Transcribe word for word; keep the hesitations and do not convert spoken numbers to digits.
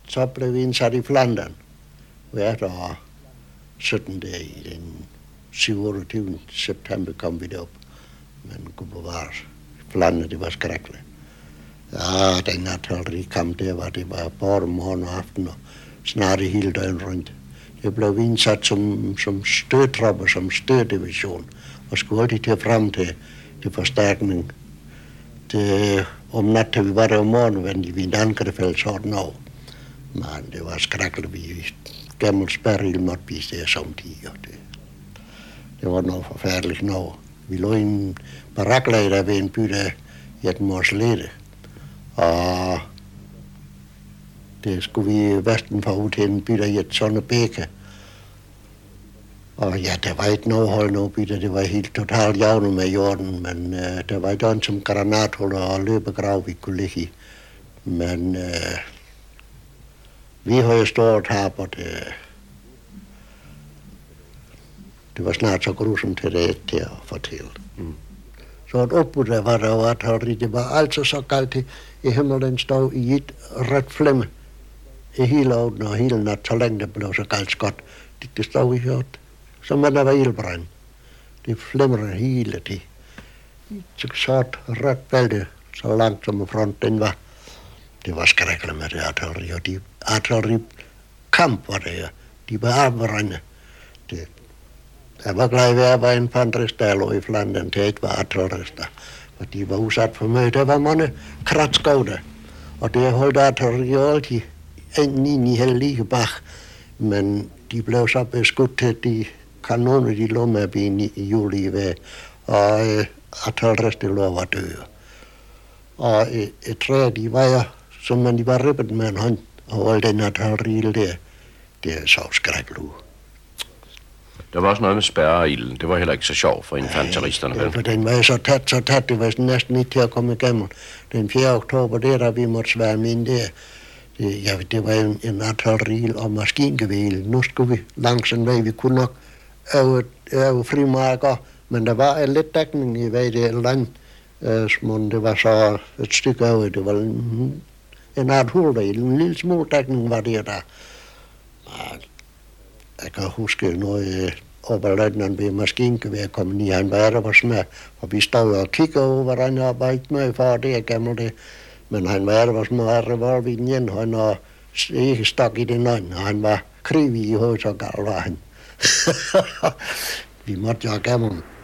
så blev vi indsat i Flandern. Hvert år syttende i den syvogtyvende september kom vi derop. Men gud bevare, Flandern, det var skrækkeligt. Ja, den artillerikamp der var, det var både morgen og aften og snart hele døgn rundt. Det blev indsat som, som stødtropper, som støddivision, og skulle altid til frem til, til forstærkning. Det, om natten vi var der om morgenen, vendte vi en angrefælde sådan over. Men det var skrækkeligt, vi gammel spærrild måtte blive der samtidig. Det, det var noget forfærdeligt noget. Vi lå i en baraklejder ved en by, der hed Morslede. Og det skulle vi i Vesten få ud til en by, der hed Sonnebække. Og ja, der var ikke noget hold, noget by, det var helt totalt jævnet med jorden, men øh, der var ikke som granatholder og løbegrav, vi kunne ligge i. Men øh, vi havde stort tab, og det, det var snart så grusomt til det til at fortælle. Mm. Så et opbud, der var der var artilleri, det var altså så galt til, i himmelen stod i et rødt flemme i hele året, og hele nat, så længe det blev så galt skot. Det, det stod i hørt, som om der var ildbrand. Det flimrede hele tiden. Så sort rødt bælte, så langt som fronten var. Det var skrækkeligt med det artilleri, og de artillerikamp var det, de var afbrændende. Det, jeg var glad ved at være en pandrist, der lå i Flandern, til et var artillerister. Og de var udsat for møde. Der var mange kratskov der. Og det holdt artilleri altid enten ind i hele lige bag. Men de blev så beskudt til de kanoner, de lå med ben i, i juli ved. Og øh, artillerister lå var døde. Og øh, et træ, de vejer, som man de var ribbet med en hånd. Og alt den artilleri der, det er så skrækkeligt ud. Der var også noget med spærreilden. Det var heller ikke så sjovt for infanteristerne. Ja, for den var så tæt, så tæt, det var næsten ikke til at komme igennem. Den fjerde oktober, der, der vi måtte sværme ind der, det, ja, det var en, en artilleri og maskingevæl. Nu skulle vi langs en vej, vi kunne nok øve, øve frimarker, men der var en lidt dækning i vej der land, øh, som det var så et stykke over, det var en, en art hulvej, en lille smule dækning var der der. Jeg kan huske noget, oberløjtnant ved maskingevær kom i, han var der var smør, og vi stod og kiggede over, hvordan jeg var ikke med for det, gammel det. Men han var der var smør, revolver i den ene hånd, og ikke stok i den anden, og han var krivig i hovedet, så gal var han. Vi måtte jo gammel.